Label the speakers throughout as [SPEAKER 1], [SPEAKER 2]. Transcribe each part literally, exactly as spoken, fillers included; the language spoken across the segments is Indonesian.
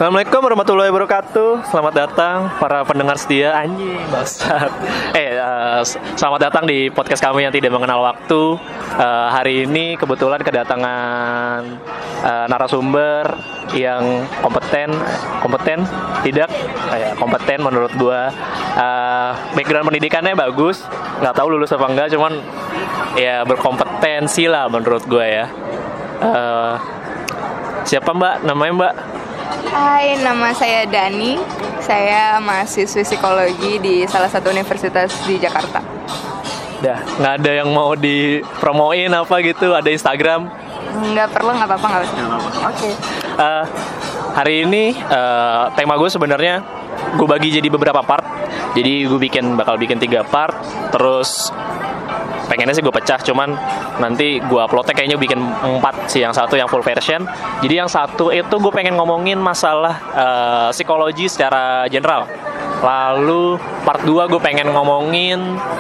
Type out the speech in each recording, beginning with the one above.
[SPEAKER 1] Assalamualaikum warahmatullahi wabarakatuh. Selamat datang para pendengar setia anjing bangsat. Eh uh, selamat datang di podcast kami yang tidak mengenal waktu. Uh, hari ini kebetulan kedatangan uh, narasumber yang kompeten, kompeten tidak, kayak kompeten menurut gua. Uh, background pendidikannya bagus, nggak tahu lulus apa enggak, cuman ya berkompetensi lah menurut gua ya. Uh, siapa Mbak? Namanya Mbak?
[SPEAKER 2] Hai, nama saya Dani. Saya mahasiswi psikologi di salah satu universitas di Jakarta.
[SPEAKER 1] Dah, nggak ada yang mau dipromoin apa gitu? Ada Instagram?
[SPEAKER 2] Nggak perlu, nggak apa-apa, nggak apa-apa.
[SPEAKER 1] Oke. Okay. Uh, hari ini uh, tema gue sebenarnya gue bagi jadi beberapa part. Jadi gue bikin bakal bikin tiga part. Terus pengennya sih gue pecah, cuman nanti gue uploadnya kayaknya bikin empat sih, yang satu yang full version. Jadi yang satu itu gue pengen ngomongin masalah uh, psikologi secara general. Lalu part dua gue pengen ngomongin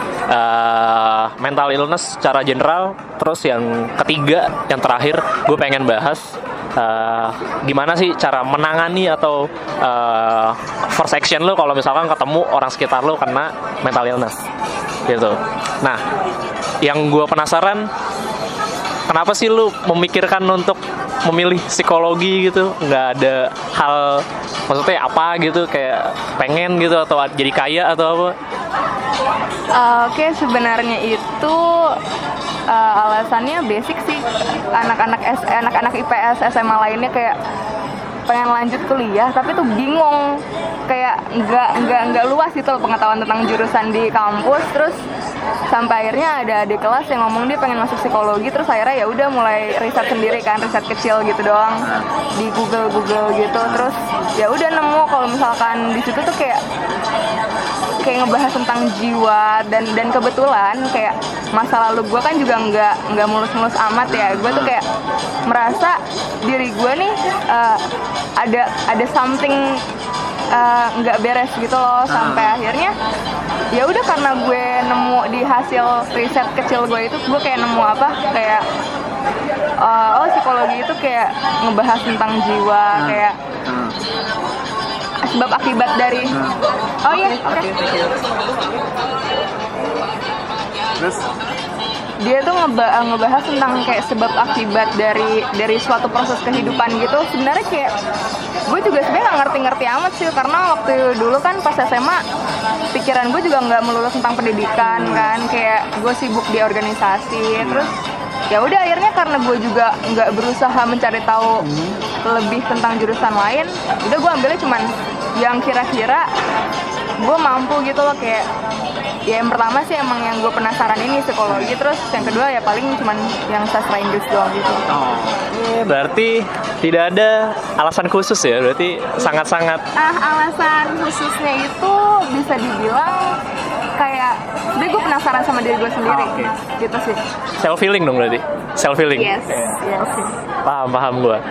[SPEAKER 1] uh, mental illness secara general. Terus yang ketiga, yang terakhir gue pengen bahas uh, gimana sih cara menangani atau uh, first action lo kalau misalkan ketemu orang sekitar lo kena mental illness gitu. Nah, yang gue penasaran, kenapa sih lu memikirkan untuk memilih psikologi gitu? Nggak ada hal, maksudnya apa gitu, kayak pengen gitu atau jadi kaya atau apa?
[SPEAKER 2] Uh, Oke, okay, sebenarnya itu uh, alasannya basic sih. Anak-anak S, anak-anak I P S S M A lainnya kayak pengen lanjut kuliah tapi tuh bingung, kayak nggak nggak nggak luas gitu loh pengetahuan tentang jurusan di kampus. Terus sampai akhirnya ada adik kelas yang ngomong dia pengen masuk psikologi, terus akhirnya ya udah mulai riset sendiri kan, riset kecil gitu doang di Google Google gitu. Terus ya udah nemu kalau misalkan di situ tuh kayak kayak ngebahas tentang jiwa, dan dan kebetulan kayak masa lalu gue kan juga nggak nggak mulus-mulus amat ya. Gue tuh kayak merasa diri gue nih uh, ada ada something nggak uh, beres gitu loh, sampai akhirnya ya udah karena gue nemu di hasil riset kecil gue itu, gue kayak nemu apa kayak uh, oh psikologi itu kayak ngebahas tentang jiwa, kayak sebab akibat dari oh iya oke okay.
[SPEAKER 1] Terus
[SPEAKER 2] dia tuh ngeba- ngebahas tentang kayak sebab akibat dari dari suatu proses kehidupan gitu. Sebenarnya kayak gue juga sebenarnya nggak ngerti-ngerti amat sih, karena waktu dulu kan pas S M A pikiran gue juga nggak melulu tentang pendidikan kan, kayak gue sibuk di organisasi. Terus ya udah akhirnya karena gue juga nggak berusaha mencari tahu lebih tentang jurusan lain, udah gue ambilnya cuman yang kira-kira gue mampu gitu loh. Kayak ya yang pertama sih emang yang gue penasaran ini psikologi, terus yang kedua ya paling cuman yang sastra Inggris doang gitu.
[SPEAKER 1] Oh, eh, berarti tidak ada alasan khusus ya, berarti sangat-sangat.
[SPEAKER 2] Ah, alasan khususnya itu bisa dibilang kayak sebenernya gue penasaran sama diri gue sendiri. Oh, okay. Gitu sih. Self
[SPEAKER 1] healing dong berarti. Self healing.
[SPEAKER 2] Yes. Yeah. Yes.
[SPEAKER 1] Paham paham gue.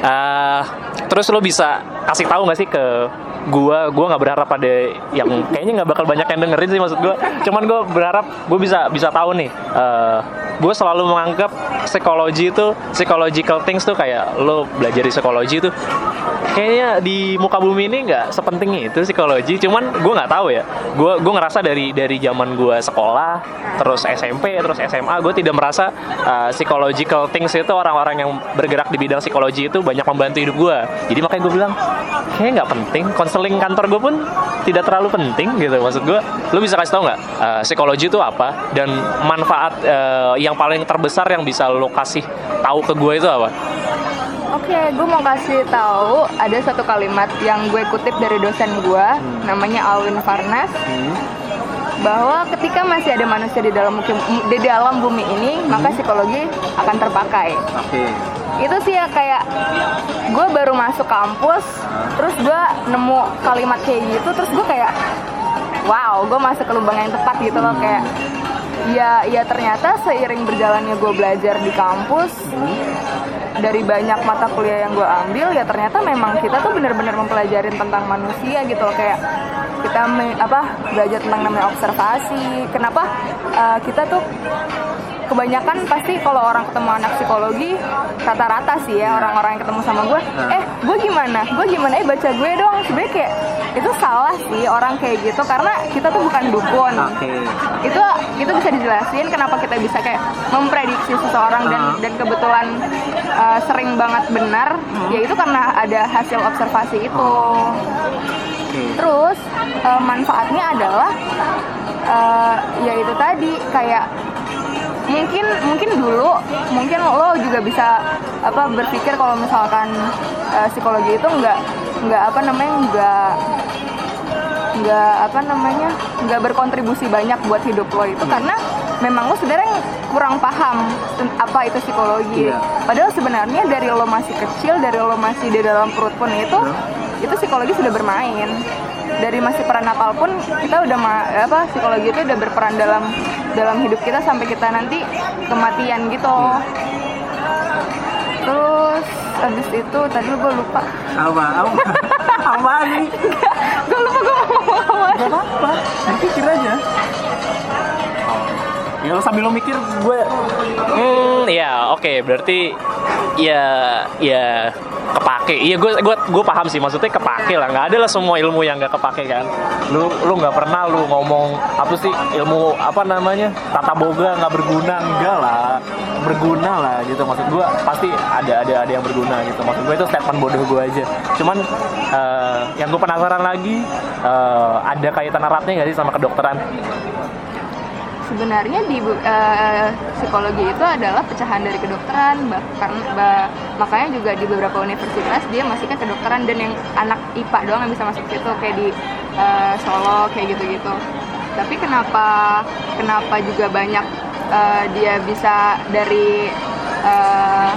[SPEAKER 1] Uh, terus lo bisa kasih tahu nggak sih ke Gua, gua nggak berharap ada yang kayaknya nggak bakal banyak yang dengerin sih, maksud gua. Cuman gua berharap gua bisa bisa tahu nih. Uh, gua selalu menganggap psikologi itu, psychological things tuh kayak lo belajar di psikologi itu kayaknya di muka bumi ini nggak sepenting itu psikologi. Cuman gua nggak tahu ya. Gua gua ngerasa dari dari zaman gua sekolah, terus S M P, terus S M A, gua tidak merasa uh, psychological things itu orang-orang yang bergerak di bidang psikologi itu banyak membantu hidup gua. Jadi makanya gua bilang kayaknya nggak penting. Konseling kantor gue pun tidak terlalu penting gitu, maksud gue. Lu bisa kasih tau nggak uh, psikologi itu apa dan manfaat uh, yang paling terbesar yang bisa lo kasih tahu ke gue itu apa?
[SPEAKER 2] Oke, okay, gue mau kasih tahu ada satu kalimat yang gue kutip dari dosen gue, hmm. namanya Alwin Farnas, hmm. bahwa ketika masih ada manusia di dalam di dalam bumi ini, hmm. maka psikologi akan terpakai.
[SPEAKER 1] Okay.
[SPEAKER 2] Itu sih ya, kayak gue baru masuk kampus, terus gue nemu kalimat kayak gitu, terus gue kayak wow, gue masuk ke lubang yang tepat gitu loh. Kayak ya ya ternyata seiring berjalannya gue belajar di kampus, dari banyak mata kuliah yang gue ambil, ya ternyata memang kita tuh benar-benar mempelajarin tentang manusia gitu loh. Kayak kita me, apa belajar tentang namanya observasi, kenapa uh, kita tuh kebanyakan pasti kalau orang ketemu anak psikologi rata-rata sih ya orang-orang yang ketemu sama gue, eh gue gimana, gue gimana, eh baca gue dong. Sebenarnya kayak itu salah sih orang kayak gitu karena kita tuh bukan dukun.
[SPEAKER 3] Okay.
[SPEAKER 2] Itu itu bisa dijelasin kenapa kita bisa kayak memprediksi seseorang dan
[SPEAKER 3] uh-huh.
[SPEAKER 2] dan kebetulan uh, sering banget benar, uh-huh. ya itu karena ada hasil observasi itu. Uh-huh. Okay. Terus uh, manfaatnya adalah uh, ya itu tadi kayak mungkin mungkin dulu mungkin lo juga bisa apa berpikir kalau misalkan uh, psikologi itu nggak nggak apa namanya nggak nggak apa namanya nggak berkontribusi banyak buat hidup lo itu karena memang lo sebenarnya kurang paham apa itu psikologi.
[SPEAKER 3] Yeah.
[SPEAKER 2] Padahal sebenarnya dari lo masih kecil, dari lo masih di dalam perut pun itu yeah. itu psikologi sudah bermain. Dari masih prenatal pun kita udah ma- apa psikologi itu udah berperan dalam dalam hidup kita sampai kita nanti kematian gitu. Yeah. Terus abis itu tadi gue lupa.
[SPEAKER 3] Apa? Apa? Apa nih?
[SPEAKER 2] Gue lupa gue mau ngomong apa.
[SPEAKER 3] Gak apa-apa, pikir aja. Ya lo sambil lo mikir gue.
[SPEAKER 1] Hmm, ya oke okay. Berarti ya ya kepake. Iya gue gue gue paham sih maksudnya kepake lah. Nggak ada lah semua ilmu yang nggak kepake kan. Lu lu nggak pernah lu ngomong apa sih ilmu apa namanya tata boga nggak berguna, enggak lah, berguna lah gitu. Maksud gue pasti ada ada ada yang berguna gitu. Maksud gue itu statement bodoh gue aja. Cuman uh, yang gue penasaran lagi uh, ada kaitan eratnya nggak sih sama kedokteran?
[SPEAKER 2] Sebenarnya di uh, psikologi itu adalah pecahan dari kedokteran, bahkan bah, makanya juga di beberapa universitas dia masuknya kedokteran dan yang anak I P A doang yang bisa masuk situ kayak di uh, Solo kayak gitu-gitu. Tapi kenapa kenapa juga banyak uh, dia bisa dari uh,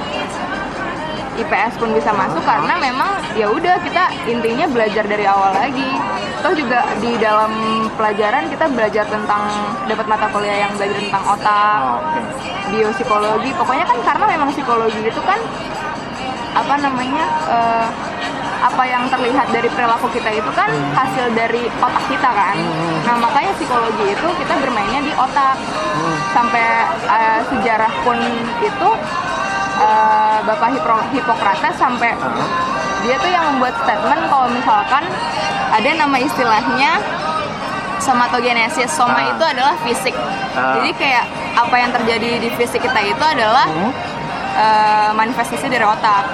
[SPEAKER 2] I P S pun bisa masuk karena memang ya udah kita intinya belajar dari awal lagi. Terus juga di dalam pelajaran kita belajar tentang dapat mata kuliah yang belajar tentang otak, oh, okay. biopsikologi. Pokoknya kan karena memang psikologi itu kan apa namanya uh, apa yang terlihat dari perilaku kita itu kan hmm. hasil dari otak kita kan. Hmm. Nah makanya psikologi itu kita bermainnya di otak. Hmm. Sampai uh, sejarah pun itu uh, Bapak Hipro- Hippocrates sampai uh-huh. dia tuh yang membuat statement kalau misalkan ada nama istilahnya somatogenesis. Soma ah. itu adalah fisik. Ah. Jadi kayak apa yang terjadi di fisik kita itu adalah hmm. uh, manifestasi dari otak.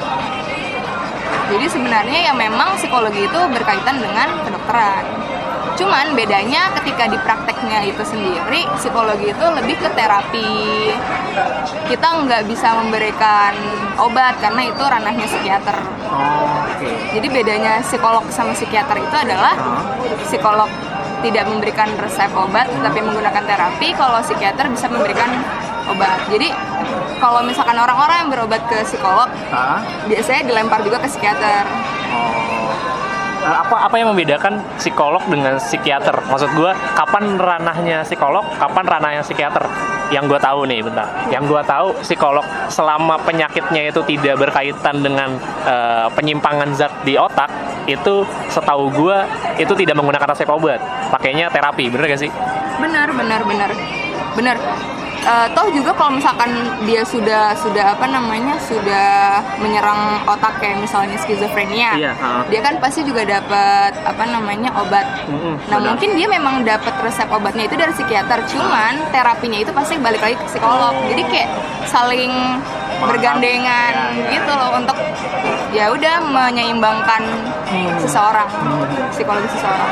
[SPEAKER 2] Jadi sebenarnya ya memang psikologi itu berkaitan dengan kedokteran. Cuman bedanya ketika di prakteknya itu sendiri, psikologi itu lebih ke terapi. Kita nggak bisa memberikan obat karena itu ranahnya psikiater.
[SPEAKER 3] Oh, okay.
[SPEAKER 2] Jadi bedanya psikolog sama psikiater itu adalah psikolog tidak memberikan resep obat, tapi menggunakan terapi. Kalau psikiater bisa memberikan obat. Jadi kalau misalkan orang-orang yang berobat ke psikolog,
[SPEAKER 3] huh?
[SPEAKER 2] biasanya dilempar juga ke psikiater.
[SPEAKER 3] Oh.
[SPEAKER 1] Apa apa yang membedakan psikolog dengan psikiater? Maksud gue, kapan ranahnya psikolog, kapan ranahnya psikiater? Yang gue tahu nih, bentar. Yang gue tahu psikolog selama penyakitnya itu tidak berkaitan dengan uh, penyimpangan zat di otak, itu setahu gue itu tidak menggunakan resep obat, pakainya terapi, bener gak sih?
[SPEAKER 2] Benar, benar, benar, benar. Uh, toh juga kalau misalkan dia sudah sudah apa namanya sudah menyerang otak kayak misalnya skizofrenia,
[SPEAKER 3] iya, uh.
[SPEAKER 2] dia kan pasti juga dapat apa namanya obat. Mm-hmm, nah benar. Mungkin dia memang dapat resep obatnya itu dari psikiater, cuman terapinya itu pasti balik lagi ke psikolog. Oh. Jadi kayak saling Mantap. bergandengan ya, ya. gitu loh untuk ya udah menyeimbangkan hmm. seseorang, hmm. psikologi seseorang.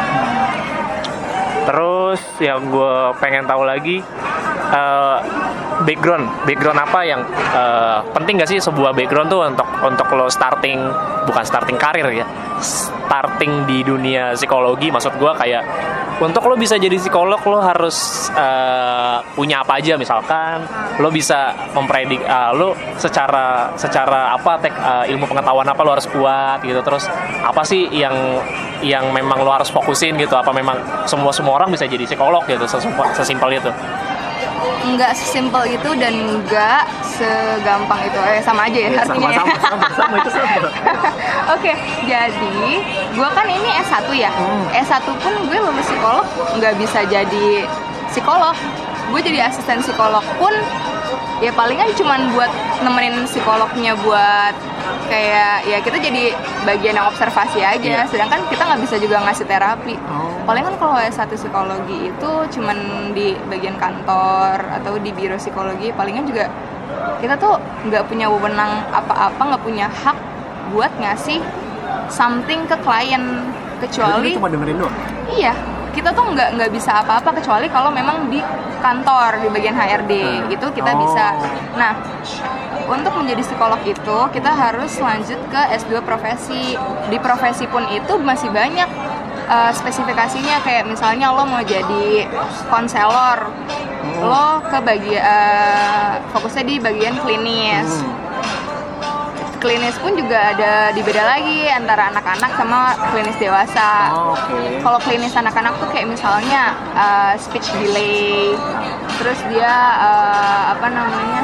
[SPEAKER 1] Terus yang gue pengen tahu lagi, uh, background background apa yang uh, penting gak sih sebuah background tuh untuk untuk lo starting, bukan starting karir ya, starting di dunia psikologi. Maksud gue kayak untuk lo bisa jadi psikolog lo harus uh, punya apa aja, misalkan lo bisa mempredik uh, lo secara secara apa tek, uh, ilmu pengetahuan apa lo harus kuat gitu. Terus apa sih yang yang memang lo harus fokusin gitu, apa memang semua semua orang bisa jadi psikolog gitu, sesimpel itu?
[SPEAKER 2] Enggak sesimpel itu dan enggak segampang itu. Eh sama aja ya, ya artinya. Sama, sama, sama, sama itu sama. Oke, okay, jadi gue kan ini S satu ya. Hmm. S satu pun gue lulus psikolog nggak bisa jadi psikolog. Gue jadi asisten psikolog pun ya palingan cuman buat nemenin psikolognya buat kayak ya kita jadi bagian yang observasi aja,
[SPEAKER 3] Iya.
[SPEAKER 2] sedangkan kita nggak bisa juga ngasih terapi.
[SPEAKER 3] Oh.
[SPEAKER 2] Palingan kalau S satu psikologi itu cuman di bagian kantor atau di biro psikologi, palingan juga kita tuh nggak punya wewenang apa-apa, nggak punya hak buat ngasih something ke klien, kecuali
[SPEAKER 3] Jadi cuma dengerin doang.
[SPEAKER 2] iya, kita tuh nggak nggak bisa apa-apa kecuali kalau memang di kantor di bagian H R D
[SPEAKER 3] Hmm.
[SPEAKER 2] gitu kita
[SPEAKER 3] Oh.
[SPEAKER 2] bisa. Nah, untuk menjadi psikolog itu kita harus lanjut ke S dua profesi. Di profesi pun itu masih banyak uh, spesifikasinya, kayak misalnya lo mau jadi konselor, lo ke bagian uh, fokusnya di bagian klinis.
[SPEAKER 3] Hmm.
[SPEAKER 2] Klinis pun juga ada dibeda lagi antara anak-anak sama klinis dewasa.
[SPEAKER 3] Oh, oke.
[SPEAKER 2] Kalau klinis anak-anak tuh kayak misalnya uh, speech delay, terus dia uh, apa namanya?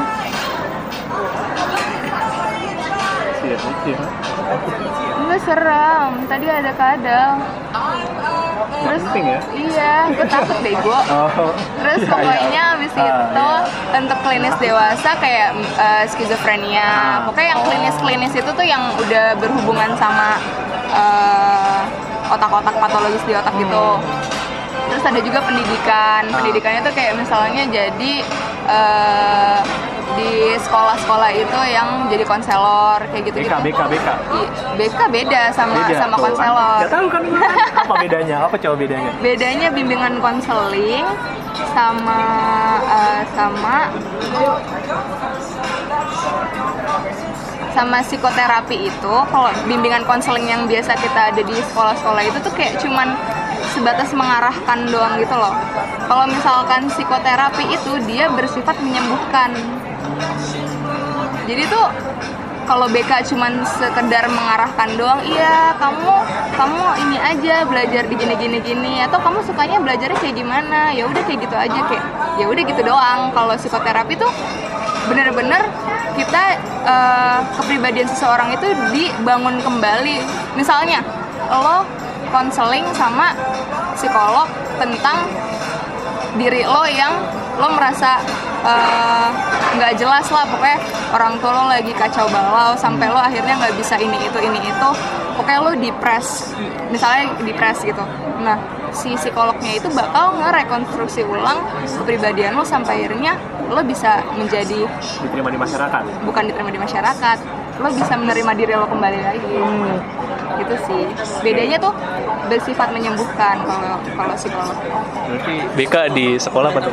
[SPEAKER 3] Iya, iya.
[SPEAKER 2] Enggak serem, tadi ada kadal. Terus
[SPEAKER 3] penting ya?
[SPEAKER 2] iya, gue takut bego.
[SPEAKER 3] Oh.
[SPEAKER 2] Terus
[SPEAKER 3] Iya,
[SPEAKER 2] pokoknya
[SPEAKER 3] iya.
[SPEAKER 2] abis
[SPEAKER 3] Ah,
[SPEAKER 2] itu
[SPEAKER 3] iya.
[SPEAKER 2] untuk klinis dewasa kayak uh, skizofrenia.
[SPEAKER 3] Ah.
[SPEAKER 2] Pokoknya yang klinis-klinis itu tuh yang udah berhubungan sama uh, otak-otak patologis di otak gitu. Terus ada juga pendidikan.
[SPEAKER 3] Ah.
[SPEAKER 2] Pendidikannya tuh kayak misalnya jadi uh, di sekolah-sekolah itu yang jadi konselor kayak
[SPEAKER 3] B
[SPEAKER 2] gitu-gitu.
[SPEAKER 3] K, B K, B K.
[SPEAKER 2] I- B K beda sama
[SPEAKER 3] Beda
[SPEAKER 2] sama
[SPEAKER 3] tuh, kan?
[SPEAKER 2] konselor.
[SPEAKER 3] Nggak tahu kan apa bedanya? Apa coba bedanya?
[SPEAKER 2] Bedanya bimbingan konseling sama eh, sama sama psikoterapi itu. Kalau bimbingan konseling yang biasa kita ada di sekolah-sekolah itu tuh kayak cuman sebatas mengarahkan doang gitu loh. Kalau misalkan psikoterapi itu dia bersifat menyembuhkan. Jadi tuh kalau B K cuman sekedar mengarahkan doang, iya kamu kamu ini aja belajar di gini gini gini, atau kamu sukanya belajarnya kayak gimana, ya udah kayak gitu aja, kayak ya udah gitu doang. Kalau psikoterapi tuh bener-bener kita eh, kepribadian seseorang itu dibangun kembali. Misalnya lo konseling sama psikolog tentang diri lo yang lo merasa nggak uh, jelas lah, pokoknya orang tua lo lagi kacau balau sampai lo akhirnya nggak bisa ini itu ini itu, pokoknya lo depres, misalnya depres gitu. Nah, si psikolognya itu bakal ngerekonstruksi ulang kepribadian lo sampai akhirnya lo bisa menjadi
[SPEAKER 3] Diterima di masyarakat.
[SPEAKER 2] bukan diterima di masyarakat, lo bisa menerima diri lo kembali lagi. Gitu sih. Bedanya tuh bersifat menyembuhkan kalau kalau psikolog.
[SPEAKER 3] Berarti
[SPEAKER 1] B K di sekolah apa tuh?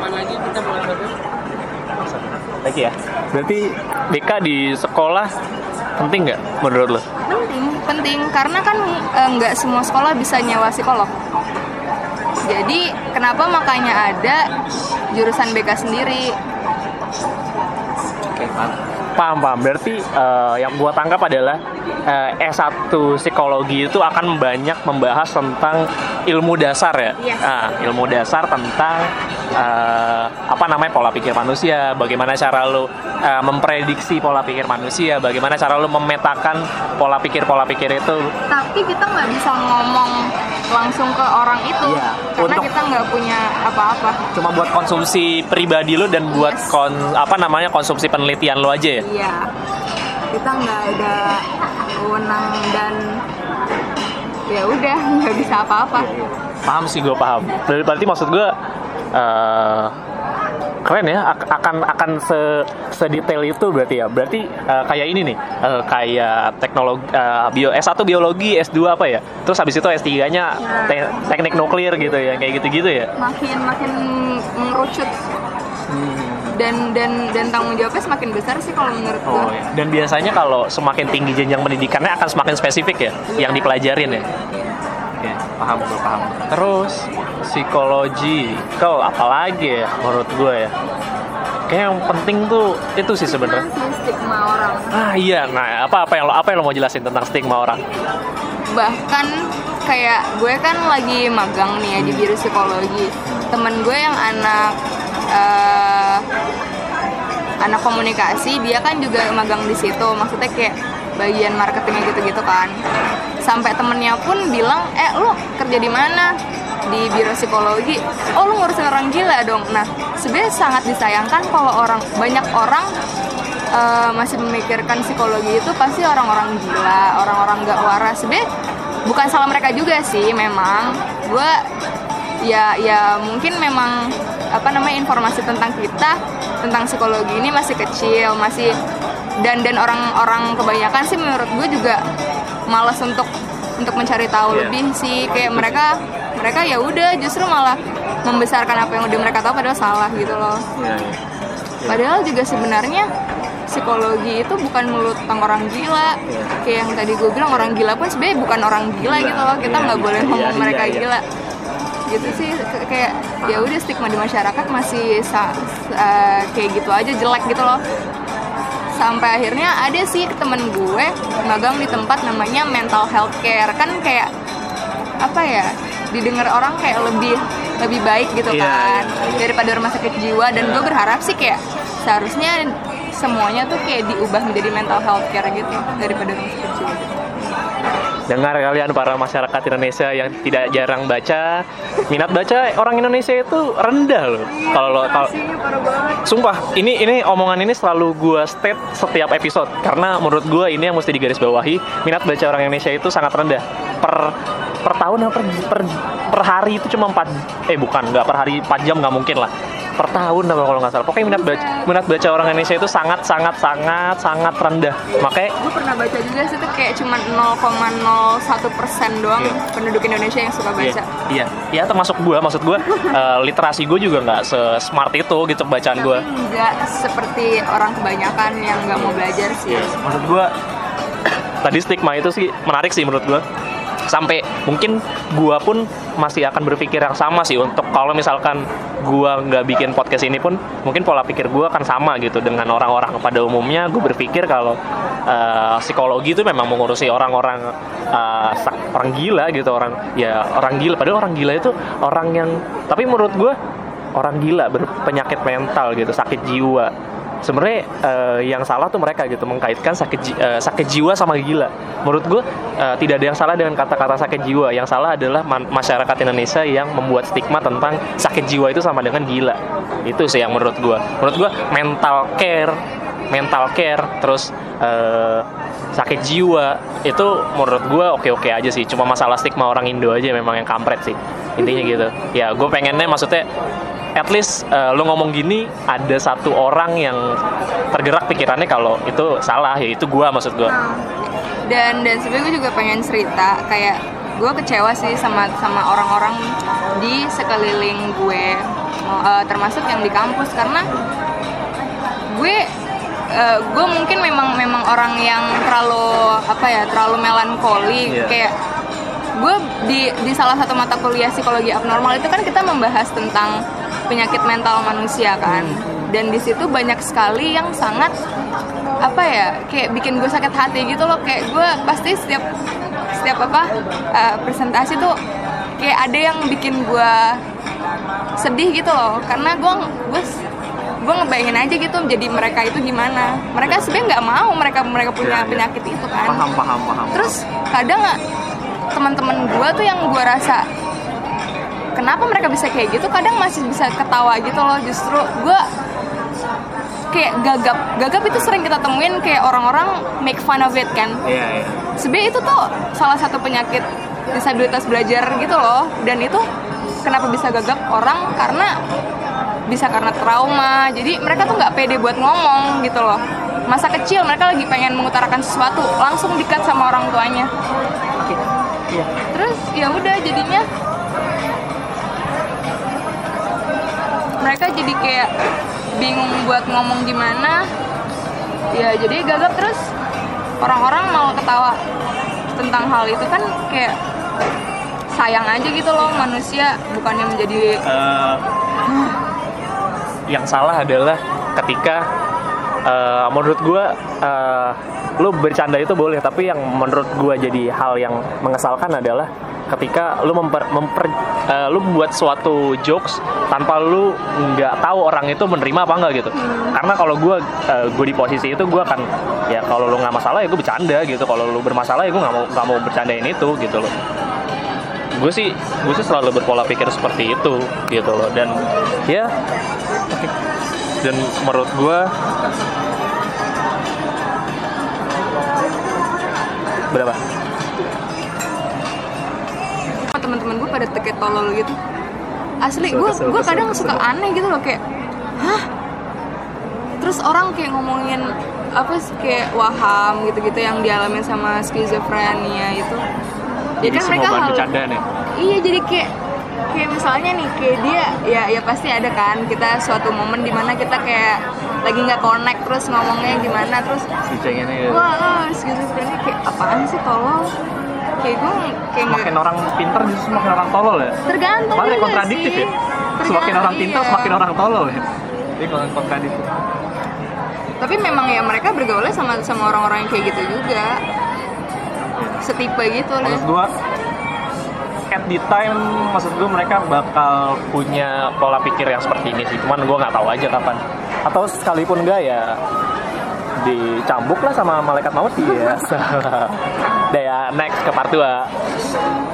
[SPEAKER 3] lagi ya. Berarti
[SPEAKER 1] B K di sekolah penting nggak menurut lo?
[SPEAKER 2] Penting, penting karena kan eh, nggak semua sekolah bisa nyewa psikolog. Jadi kenapa makanya ada jurusan B K sendiri?
[SPEAKER 3] oke, mantap.
[SPEAKER 1] Paham, paham. Berarti eh, yang gua tangkap adalah eh, S satu psikologi itu akan banyak membahas tentang ilmu dasar ya.
[SPEAKER 2] Yes.
[SPEAKER 1] Nah, ilmu dasar tentang eh, apa namanya pola pikir manusia, bagaimana cara lo eh, memprediksi pola pikir manusia, bagaimana cara lo memetakan pola pikir-pola pikir itu.
[SPEAKER 2] Tapi kita nggak bisa ngomong langsung ke orang itu
[SPEAKER 3] Iya,
[SPEAKER 2] karena
[SPEAKER 3] untuk-
[SPEAKER 2] kita nggak punya apa-apa.
[SPEAKER 1] Cuma buat konsumsi pribadi lo dan buat
[SPEAKER 2] Yes.
[SPEAKER 1] kon, apa namanya konsumsi penelitian lo aja ya.
[SPEAKER 2] Iya, kita nggak ada wewenang dan ya udah nggak bisa apa-apa.
[SPEAKER 1] Paham sih, gue paham. Berarti, berarti maksud gue eh, keren ya, ak- akan akan se sedetail itu berarti ya. Berarti eh, kayak ini nih, eh, kayak teknologi eh, bio S satu biologi, S dua apa ya? Terus habis itu S tiga-nya te- teknik nuklir gitu ya, kayak gitu-gitu ya.
[SPEAKER 2] Makin makin mengerucut dan dan dan tanggung jawabnya semakin besar sih kalau menurut
[SPEAKER 1] Oh,
[SPEAKER 2] gue.
[SPEAKER 1] iya. Dan biasanya kalau semakin tinggi jenjang pendidikannya akan semakin spesifik ya, yang dipelajarin ya. Oke, paham gue, paham. Terus psikologi, kau apalagi ya menurut gue ya? Kayak yang penting tuh itu sih sebenarnya.
[SPEAKER 2] Sih stigma orang.
[SPEAKER 1] Ah iya, nah apa apa yang lo apa yang lo mau jelasin tentang stigma orang?
[SPEAKER 2] Bahkan kayak gue kan lagi magang nih ya di biro psikologi. Temen gue yang anak eh, anak komunikasi, dia kan juga magang di situ. Maksudnya kayak bagian marketingnya gitu-gitu kan. sampai temennya pun bilang, eh lu kerja di mana? Di biro psikologi. Oh lu ngurusin orang gila dong. Nah sebenarnya sangat disayangkan kalau orang banyak orang uh, masih memikirkan psikologi itu pasti orang-orang gila, orang-orang nggak waras. Sebenarnya bukan salah mereka juga sih, memang gue ya ya mungkin memang apa namanya informasi tentang kita tentang psikologi ini masih kecil, masih dan dan orang-orang kebanyakan sih menurut gue juga malas untuk untuk mencari tahu yeah. lebih sih, kayak mereka mereka ya udah justru malah membesarkan apa yang udah mereka tahu padahal salah gitu loh. Yeah, yeah. Yeah. Padahal juga sebenarnya psikologi itu bukan melulu tentang orang gila. Yeah. Kayak yang tadi gue bilang, orang gila pun sebenarnya bukan orang gila, gila. gitu loh. Kita nggak yeah, boleh yeah, ngomong yeah, mereka yeah, gila. Gitu sih, kayak ya udah stigma di masyarakat masih sa- uh, kayak gitu aja, jelek gitu loh. Sampai akhirnya ada sih temen gue magang di tempat namanya mental health care, kan kayak apa ya, didengar orang kayak lebih lebih baik gitu yeah, kan yeah, yeah. daripada rumah sakit jiwa. Dan yeah. gue berharap sih kayak seharusnya semuanya tuh kayak diubah menjadi mental health care gitu daripada rumah sakit jiwa.
[SPEAKER 1] Dengar kalian para masyarakat Indonesia yang tidak jarang baca, minat baca orang Indonesia itu rendah loh. Kalau lo kalau sumpah, ini ini omongan ini selalu gue state setiap episode karena menurut gue ini yang mesti digarisbawahi, minat baca orang Indonesia itu sangat rendah. Per per tahun per per, per hari itu cuma empat eh bukan, enggak per hari empat jam nggak mungkin lah. Per tahun apa kalau nggak salah. Pokoknya minat baca minat baca orang Indonesia itu sangat sangat sangat sangat rendah. Makanya
[SPEAKER 2] gue pernah baca juga sih, itu kayak cuma nol koma nol satu persen doang yeah. penduduk Indonesia yang suka baca.
[SPEAKER 1] Iya, iya, yeah. termasuk gue. Maksud gue uh, literasi gue juga nggak se-smart itu gitu bacaan gue.
[SPEAKER 2] Tapi nggak seperti orang kebanyakan yang nggak mau belajar sih.
[SPEAKER 1] Yeah. Maksud gue tadi stigma itu sih menarik sih menurut gue. Sampai mungkin gue pun masih akan berpikir yang sama sih untuk kalau misalkan gue nggak bikin podcast ini pun mungkin pola pikir gue akan sama gitu dengan orang-orang pada umumnya. Gue berpikir kalau uh, psikologi itu memang mengurusi orang-orang uh, orang gila gitu, orang ya orang gila. Padahal orang gila itu orang yang, tapi menurut gue orang gila berpenyakit mental gitu, sakit jiwa. Sebenarnya uh, yang salah tuh mereka gitu mengkaitkan sakit ji- uh, sakit jiwa sama gila. Menurut gue uh, tidak ada yang salah dengan kata-kata sakit jiwa. Yang salah adalah man- masyarakat Indonesia yang membuat stigma tentang sakit jiwa itu sama dengan gila. Itu sih yang menurut gue. Menurut gue mental care, mental care, terus uh, sakit jiwa itu menurut gue oke-oke aja sih. Cuma masalah stigma orang Indo aja memang yang kampret sih. Intinya gitu. Ya gue pengennya maksudnya at least uh, lo ngomong gini ada satu orang yang tergerak pikirannya kalau itu salah, ya itu gue maksud gue.
[SPEAKER 2] Dan dan sebenarnya gue juga pengen cerita kayak gue kecewa sih sama sama orang-orang di sekeliling gue, uh, termasuk yang di kampus, karena gue uh, gue mungkin memang memang orang yang terlalu apa ya terlalu melankoli. Yeah. Kayak gue di di salah satu mata kuliah psikologi abnormal itu kan kita membahas tentang penyakit mental manusia kan, dan di situ banyak sekali yang sangat apa ya kayak bikin gue sakit hati gitu loh. Kayak gue pasti setiap setiap apa uh, presentasi tuh kayak ada yang bikin gue sedih gitu loh, karena gue gue gue ngebayangin aja gitu jadi mereka itu gimana. Mereka sebenarnya nggak mau mereka mereka punya penyakit itu kan.
[SPEAKER 3] Paham paham paham.
[SPEAKER 2] Terus kadang teman-teman gue tuh yang gue rasa kenapa mereka bisa kayak gitu, kadang masih bisa ketawa gitu loh. Justru gue kayak gagap gagap itu sering kita temuin, kayak orang-orang make fun of it kan.
[SPEAKER 3] Iya, yeah, iya. Yeah.
[SPEAKER 2] Sebenarnya itu tuh salah satu penyakit disabilitas belajar gitu loh. Dan itu kenapa bisa gagap orang, karena bisa karena trauma. Jadi mereka tuh nggak pede buat ngomong gitu loh. Masa kecil mereka lagi pengen mengutarakan sesuatu, langsung di-cut sama orang tuanya.
[SPEAKER 3] Oke. Okay. Yeah.
[SPEAKER 2] Terus ya udah jadinya mereka jadi kayak bingung buat ngomong gimana. Ya jadi gagap, terus orang-orang mau ketawa tentang hal itu kan kayak sayang aja gitu loh manusia, bukannya menjadi
[SPEAKER 1] uh, yang salah adalah ketika uh, menurut gue uh, lu bercanda itu boleh, tapi yang menurut gue jadi hal yang mengesalkan adalah ketika lu memper, memper uh, lu membuat suatu jokes tanpa lu nggak tahu orang itu menerima apa enggak gitu. Hmm. Karena kalau gue uh, gue di posisi itu gue akan ya kalau lu nggak masalah ya gue bercanda gitu, kalau lu bermasalah ya gue nggak mau nggak mau bercandain itu gitu loh. Gue sih gue sih selalu berpola pikir seperti itu gitu loh, dan ya dan menurut gue berapa
[SPEAKER 2] teman-teman gue pada teket tolol gitu asli. Gue gue kadang suka aneh gitu loh, kayak hah, terus orang kayak ngomongin apa sih, kayak waham gitu-gitu yang dialami sama skizofrenia itu. Jadi kan mereka hal iya, jadi kayak kayak misalnya nih kayak dia ya ya pasti ada kan kita suatu momen dimana kita kayak lagi nggak connect, terus ngomongnya gimana, terus wah skizofrenia kayak apaan sih, tolol. Kayak gue kayak
[SPEAKER 1] semakin gak... orang pintar justru semakin orang tolol ya.
[SPEAKER 2] Tergantung.
[SPEAKER 1] Makanya kontradiktif
[SPEAKER 2] sih.
[SPEAKER 1] ya. Semakin orang pintar
[SPEAKER 2] iya.
[SPEAKER 1] semakin orang tolol ya. Ini kontradiktif.
[SPEAKER 2] Tapi memang ya mereka bergaulnya sama sama orang-orang yang kayak gitu juga. Setipe gitu loh.
[SPEAKER 1] Maksud gue at the time, maksud gue mereka bakal punya pola pikir yang seperti ini sih. Cuman gue nggak tahu aja kapan. Atau sekalipun enggak ya dicambuk lah sama malaikat maut ya. Udah ya, next ke part dua.